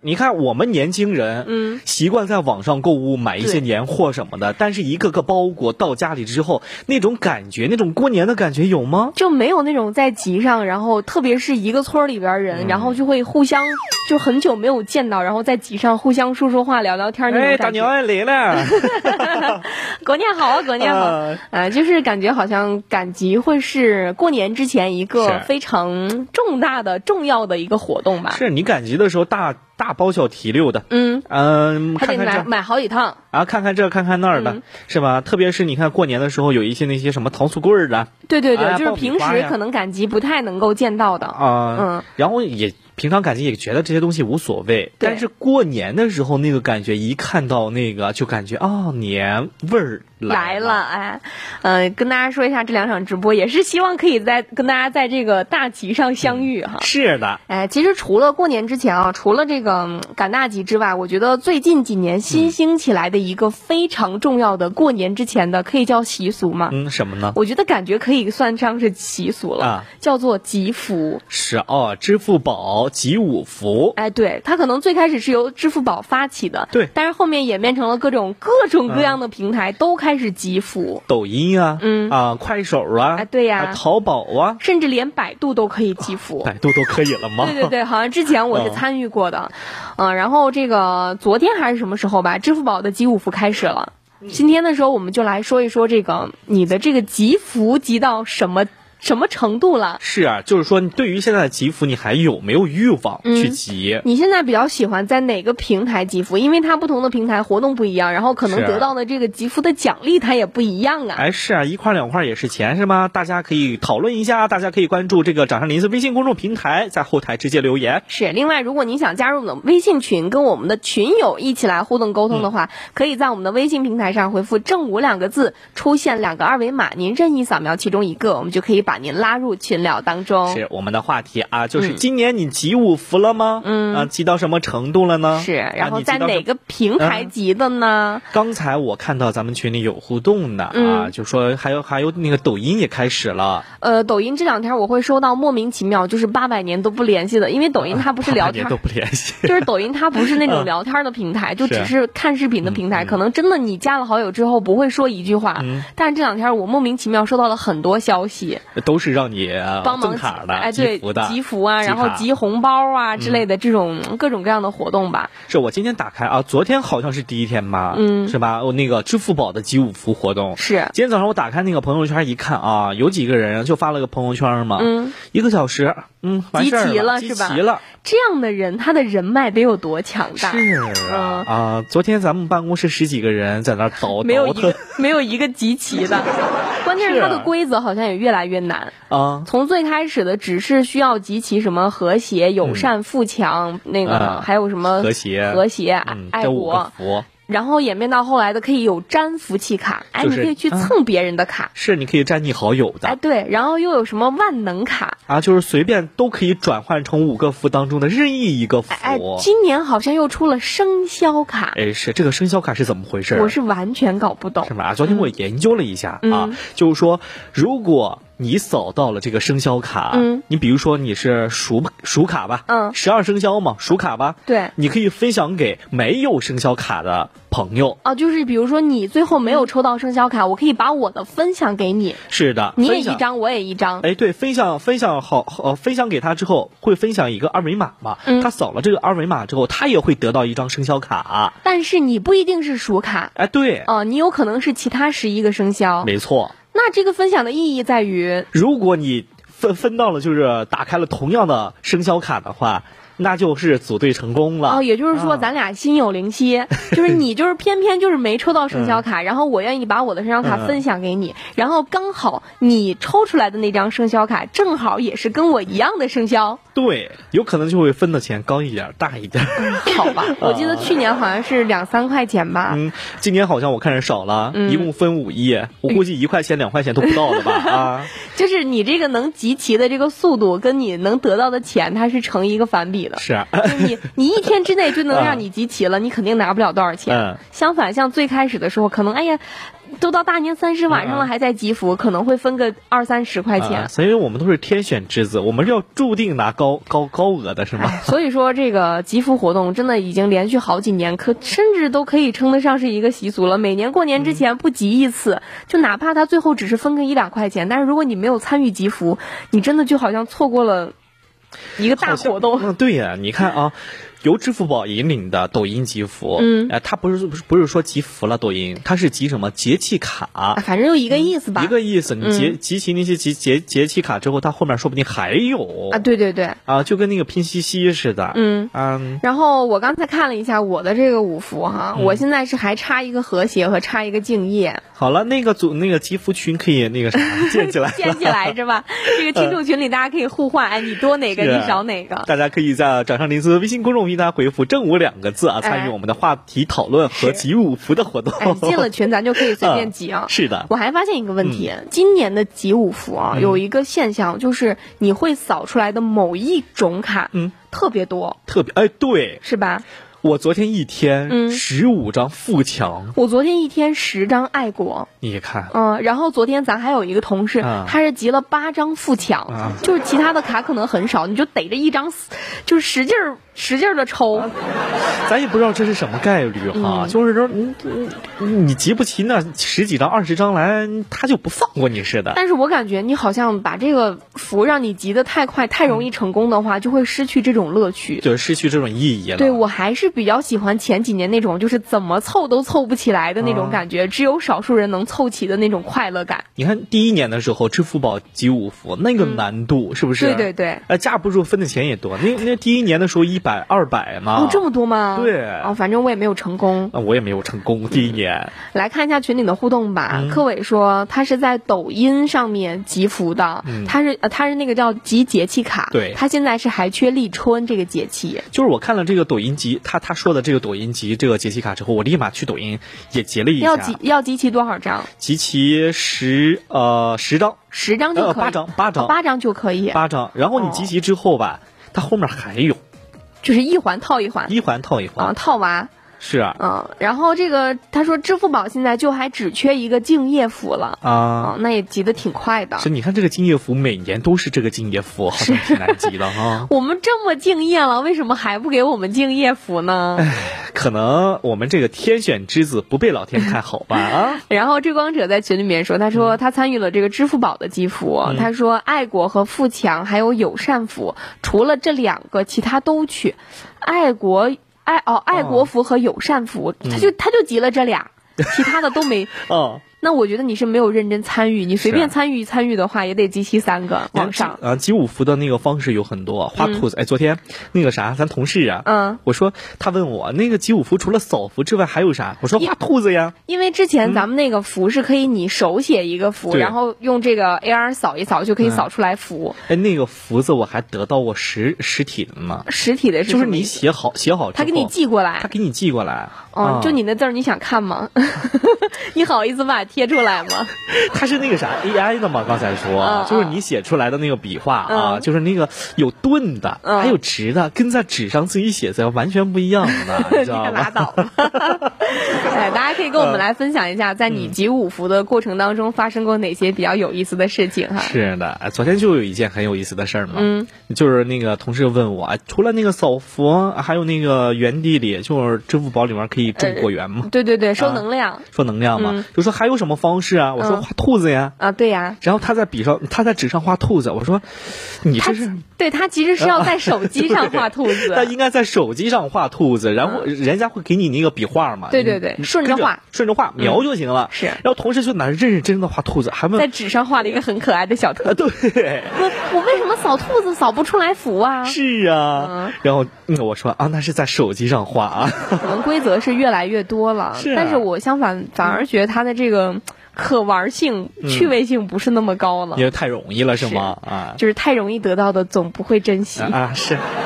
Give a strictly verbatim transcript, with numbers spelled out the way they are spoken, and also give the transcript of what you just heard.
你看我们年轻人， 嗯， 习惯在网上购物买一些年货什么的，但是一个个包裹到家里之后，那种感觉，那种过年的感觉有吗？ 就没有那种在集上，然后特别是一个村里边人， 嗯、 然后就会互相就很久没有见到，然后在集上互相说说话、聊聊天那种感觉。 哎，大娘来了， 过年好啊，过年好，啊、呃，就是感觉好像赶集会是过年之前一个非常重大的、重要的一个活动吧？ 是你赶集的时候大。大包小提溜的， 嗯嗯、呃， 还得买买好几趟啊，看看这看看那儿的、嗯，是吧？特别是你看过年的时候，有一些那些什么糖醋棍儿的， 对对对、 啊， 就是平时可能赶集不太能够见到的啊， 嗯， 然后也平常赶集也觉得这些东西无所谓，但是过年的时候那个感觉，一看到那个就感觉哦，年味儿来了，哎，呃，跟大家说一下，这两场直播也是希望可以在跟大家在这个大集上相遇哈、 嗯。是的， 哎，其实除了过年之前啊，除了这个嗯、赶大集之外，我觉得最近几年新兴起来的一个非常重要的过年之前的，可以叫习俗吗？ 嗯，什么呢？ 我觉得感觉可以算上是习俗了， 啊、 叫做集福。 是哦，支付宝集五福。 哎，对，它可能最开始是由支付宝发起的， 对， 但是后面演变成了各种各种各样的平台、嗯、都开始集福， 抖音啊， 嗯啊，快手啊， 哎，对呀、 啊，淘宝啊， 甚至连百度都可以集福、 哦，百度都可以了吗？ 对对对，好像之前我是参与过的，嗯、呃，然后这个昨天还是什么时候吧，支付宝的集五福开始了。今天的时候，我们就来说一说这个你的这个集福集到什么什么程度了？ 是啊，就是说，对于现在的集福，你还有没有欲望去集？ 嗯、你现在比较喜欢在哪个平台集福？因为它不同的平台活动不一样，然后可能得到的这个集福的奖励它也不一样啊。 哎，是啊，一块两块也是钱，是吗？大家可以讨论一下，大家可以关注这个掌上林子微信公众平台，在后台直接留言。 是，另外，如果您想加入我们的微信群，跟我们的群友一起来互动沟通的话，嗯、可以在我们的微信平台上回复“正午”两个字，出现两个二维码，您任意扫描其中一个，我们就可以把您拉入群。群聊当中是我们的话题啊，就是今年你集五福了吗？嗯啊，集到什么程度了呢？ 是，然后在哪个平台集的呢？ 啊、刚才我看到咱们群里有互动的、嗯、啊，就说还有还有那个抖音也开始了。 呃，抖音这两天我会收到莫名其妙，就是八百年都不联系的，因为抖音它不是聊天， 八百年都不联系， 就是抖音它不是那种聊天的平台，就只是看视频的平台，可能真的你加了好友之后不会说一句话，嗯、但是这两天我莫名其妙收到了很多消息， 都是让你帮忙。 卡的， 哎，对，集福啊，然后集红包啊之类的这种、嗯、各种各样的活动吧。 是我今天打开啊，昨天好像是第一天吧，嗯，是吧？我那个支付宝的集五福活动是。 今天早上我打开那个朋友圈一看啊，有几个人就发了个朋友圈嘛， 嗯， 一个小时，嗯，完事儿了， 集齐了是吧？ 集齐了。 这样的人，他的人脉得有多强大？ 是啊、嗯、啊！昨天咱们办公室十几个人在那倒， 没有一个没有一个集齐的。关键是它的规则好像也越来越难啊！ 从最开始的只是需要集齐什么和谐、友善、富强，嗯、那个、啊、还有什么和谐、 和谐、 嗯、 爱国。然后演变到后来的可以有粘福气卡，哎、 就是， 你可以去蹭别人的卡， 啊、是你可以粘你好友的， 哎对，然后又有什么万能卡啊，就是随便都可以转换成五个福当中的任意一个福。 哎，今年好像又出了生肖卡， 哎，是这个生肖卡是怎么回事？ 我是完全搞不懂， 是吧？昨天我研究了一下、 嗯、 啊，就是说如果你扫到了这个生肖卡， 嗯， 你比如说你是鼠鼠卡吧， 嗯， 十二生肖嘛，鼠卡吧， 对， 你可以分享给没有生肖卡的朋友啊，就是比如说你最后没有抽到生肖卡，我可以把我的分享给你， 是的， 你也一张，我也一张， 哎，对，分享分享好呃，分享给他之后会分享一个二维码嘛，嗯，他扫了这个二维码之后，他也会得到一张生肖卡， 但是你不一定是鼠卡， 哎，对， 哦、呃，你有可能是其他十一个生肖， 没错。 那这个分享的意义在于， 如果你分分到了，就是打开了同样的生肖卡的话，那就是组队成功了。 哦，也就是说咱俩心有灵犀，啊、就是你就是偏偏就是没抽到生肖卡，嗯、然后我愿意把我的生肖卡分享给你，嗯、然后刚好你抽出来的那张生肖卡正好也是跟我一样的生肖。 对，有可能就会分的钱高一点，大一点。 嗯、好吧，我记得去年好像是两三块钱吧。 嗯，今年好像我看着少了，嗯、一共分五亿，我估计一块钱、两块钱都不到的吧？啊， 就是你这个能集齐的这个速度，跟你能得到的钱，它是成一个反比的。 是啊， 就是你你一天之内就能让你集齐了，你肯定拿不了多少钱。 嗯， 相反，像最开始的时候，可能哎呀。 都到大年三十晚上了还在集福，可能会分个二三十块钱。 啊、所以我们都是天选之子，我们是要注定拿高高高额的是吗？ 所以说这个集福活动真的已经连续好几年，可甚至都可以称得上是一个习俗了。每年过年之前不集一次，嗯、就哪怕他最后只是分个一两块钱，但是如果你没有参与集福，你真的就好像错过了一个大活动。 嗯，对呀，你看啊。由支付宝引领的抖音集福， 嗯， 哎、呃，它不是不是不是说集福了，抖音它是集什么节气卡、啊， 反正就一个意思吧， 嗯、一个意思。你集、嗯、集齐那些节节节气卡之后，它后面说不定还有啊，对对对， 啊，就跟那个拼夕夕似的， 嗯嗯。然后我刚才看了一下我的这个五福哈，嗯、我现在是还差一个和谐和差一个敬业。 好了，那个组那个集福群可以那个啥建起来， 建起来是吧？这个听众群里大家可以互换，哎，你多哪个，你少哪个。 大家可以在掌上林子微信公众平台回复正五两个字啊，参与我们的话题讨论和集五福的活动。 哎，进了群咱就可以随便集啊。 嗯、是的， 我还发现一个问题，嗯、今年的集五福啊，嗯、有一个现象，就是你会扫出来的某一种卡，嗯，特别多， 特别哎，对， 是吧？ 我昨天一天十五张富强、 嗯，我昨天一天十张爱国， 你看， 嗯，然后昨天咱还有一个同事，啊、他是集了八张富强、啊，就是其他的卡可能很少，你就逮着一张，就是使劲儿使劲儿的抽、啊， 咱也不知道这是什么概率哈，嗯、就是说你你你集不齐那十几张二十张来，他就不放过你似的。 但是我感觉你好像把这个福让你集得太快太容易成功的话，嗯、就会失去这种乐趣， 就失去这种意义了。 对，我还是比较喜欢前几年那种就是怎么凑都凑不起来的那种感觉，啊、只有少数人能凑齐的那种快乐感。 你看第一年的时候，支付宝集五福那个难度、嗯、是不是？ 对对对， 呃，架不住分的钱也多。那那第一年的时候一百二百嘛， 哦，这么多吗？ 对， 哦，反正我也没有成功。 啊，我也没有成功。第一年， 来看一下群里的互动吧。嗯、柯伟说他是在抖音上面集福的，嗯、他是呃他是那个叫集节气卡， 对， 他现在是还缺立春这个节气。 就是我看了这个抖音集，他他说的这个抖音集这个节气卡之后，我立马去抖音也集了一下。 要集要集齐多少张？ 集齐十呃十张， 十张就可以， 呃、八张八张、 哦、八张就可以， 八张。然后你集齐之后吧，哦、它后面还有， 就是一环套一环， 一环套一环啊，套娃。 是啊， 嗯，然后这个他说支付宝现在就还只缺一个敬业福了啊、嗯，那也集得挺快的。 是，你看这个敬业福每年都是这个敬业福，好像挺难集的哈。 我们这么敬业了，为什么还不给我们敬业福呢？ 唉，可能我们这个天选之子不被老天看好吧啊。 然后追光者在群里面说，他说他参与了这个支付宝的集福，嗯、他说爱国和富强还有友善福，除了这两个，其他都去。爱国。爱哦，爱国福和友善福，哦、他就他就集了这俩，其他的都没。 哦， 那我觉得你是没有认真参与，你随便参与参与的话，也得集齐三个往上。 啊，集五福的那个方式有很多，画兔子。嗯、哎，昨天那个啥，咱同事啊，嗯，我说他问我那个集五福除了扫福之外还有啥？我说画兔子呀。 因为之前咱们那个福是可以你手写一个福，嗯、然后用这个 A R 扫一扫就可以扫出来福。 哎、嗯，那个福字我还得到过实实体的呢。 实体的是就是你写好写好之后， 他给你寄过来， 他给你寄过来。 哦，嗯、就你那字儿你想看吗？你好意思把它贴出来吗？ 它是那个啥 A I 的嘛？刚才说，嗯、就是你写出来的那个笔画啊，嗯、就是那个有钝的，嗯、还有直的，跟在纸上自己写字完全不一样的，你知道吗？ 你拉倒吧。哎，大家可以跟我们来分享一下，在你集五福的过程当中发生过哪些比较有意思的事情哈？ 是的，昨天就有一件很有意思的事儿嘛，嗯，就是那个同事问我，除了那个扫福，还有那个原地里，就是支付宝里面可以种果园嘛？ 呃、对对对，收能量，啊、 收能量嘛，嗯、就说还有什么方式啊？我说画兔子呀， 啊，对呀。 然后他在笔上，他在纸上画兔子，我说你这是对他其实是要在手机上画兔子， 他应该在手机上画兔子，然后人家会给你那个笔画嘛， 对对对，顺着画， 顺着画描就行了。 是， 然后同事就哪认认真真的画兔子，还问在纸上画了一个很可爱的小兔子。 对， 我我为什么扫兔子扫不出来福啊？ 是啊，然后我说啊，那是在手机上画啊。 可能规则是越来越多了， 是， 但是我相反反而觉得它的这个可玩性、趣味性不是那么高了， 因为太容易了，是吗？啊， 就是太容易得到的总不会珍惜啊，是。